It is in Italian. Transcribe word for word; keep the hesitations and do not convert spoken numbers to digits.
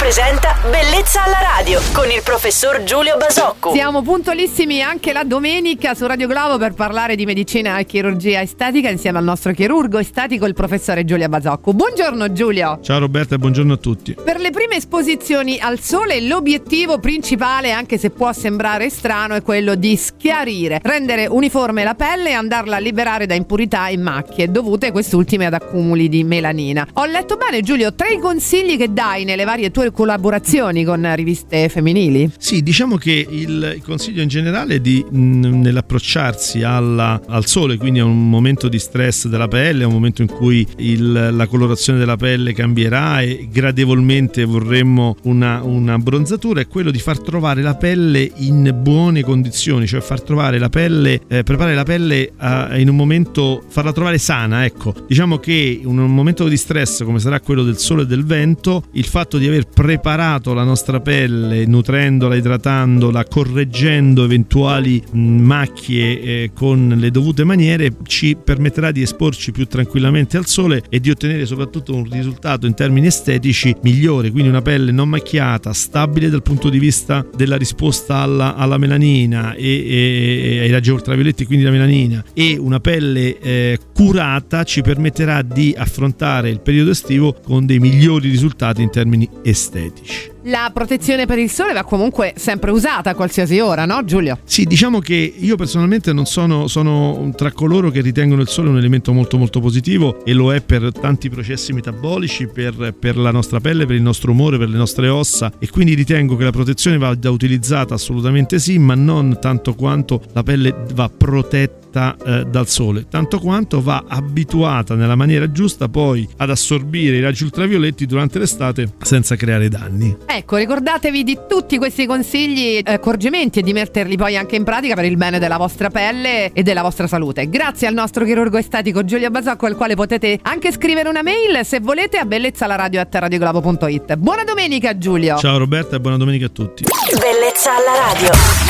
presenta Bellezza alla radio con il professor Giulio Basocco. Siamo puntualissimi anche la domenica su Radio Globo per parlare di medicina e chirurgia estetica insieme al nostro chirurgo estetico, il professore Giulio Basocco. Buongiorno Giulio. Ciao Roberta e buongiorno a tutti. Per le prime esposizioni al sole l'obiettivo principale, anche se può sembrare strano, è quello di schiarire, rendere uniforme la pelle e andarla a liberare da impurità e macchie dovute quest'ultime ad accumuli di melanina. Ho letto bene Giulio, tre consigli che dai nelle varie tue collaborazioni con riviste femminili? Sì, diciamo che il, il consiglio in generale è di mh, nell'approcciarsi alla, al sole, quindi a un momento di stress della pelle, a un momento in cui il, la colorazione della pelle cambierà e gradevolmente vorremmo una, una bronzatura, è quello di far trovare la pelle in buone condizioni, cioè far trovare la pelle, eh, preparare la pelle a, in un momento, farla trovare sana, ecco. Diciamo che in un momento di stress come sarà quello del sole e del vento, il fatto di aver preparato la nostra pelle, nutrendola, idratandola, correggendo eventuali mh, macchie eh, con le dovute maniere, ci permetterà di esporci più tranquillamente al sole e di ottenere soprattutto un risultato in termini estetici migliore, quindi una pelle non macchiata, stabile dal punto di vista della risposta alla, alla melanina e, e, e ai raggi ultravioletti, quindi la melanina, e una pelle eh, curata ci permetterà di affrontare il periodo estivo con dei migliori risultati in termini estetici. La protezione per il sole va comunque sempre usata a qualsiasi ora, no Giulio? Sì, diciamo che io personalmente non sono, sono tra coloro che ritengono il sole un elemento molto molto positivo, e lo è per tanti processi metabolici, per, per la nostra pelle, per il nostro umore, per le nostre ossa, e quindi ritengo che la protezione vada utilizzata assolutamente sì, ma non tanto quanto la pelle va protetta Eh, dal sole, tanto quanto va abituata nella maniera giusta poi ad assorbire i raggi ultravioletti durante l'estate senza creare danni. Ecco, ricordatevi di tutti questi consigli, eh, accorgimenti, e di metterli poi anche in pratica per il bene della vostra pelle e della vostra salute. Grazie al nostro chirurgo estetico Giulio Basocco, al quale potete anche scrivere una mail se volete a bellezzalaradio chiocciola radioglobo punto it. Buona domenica Giulio. Ciao Roberta e buona domenica a tutti. Bellezza alla radio.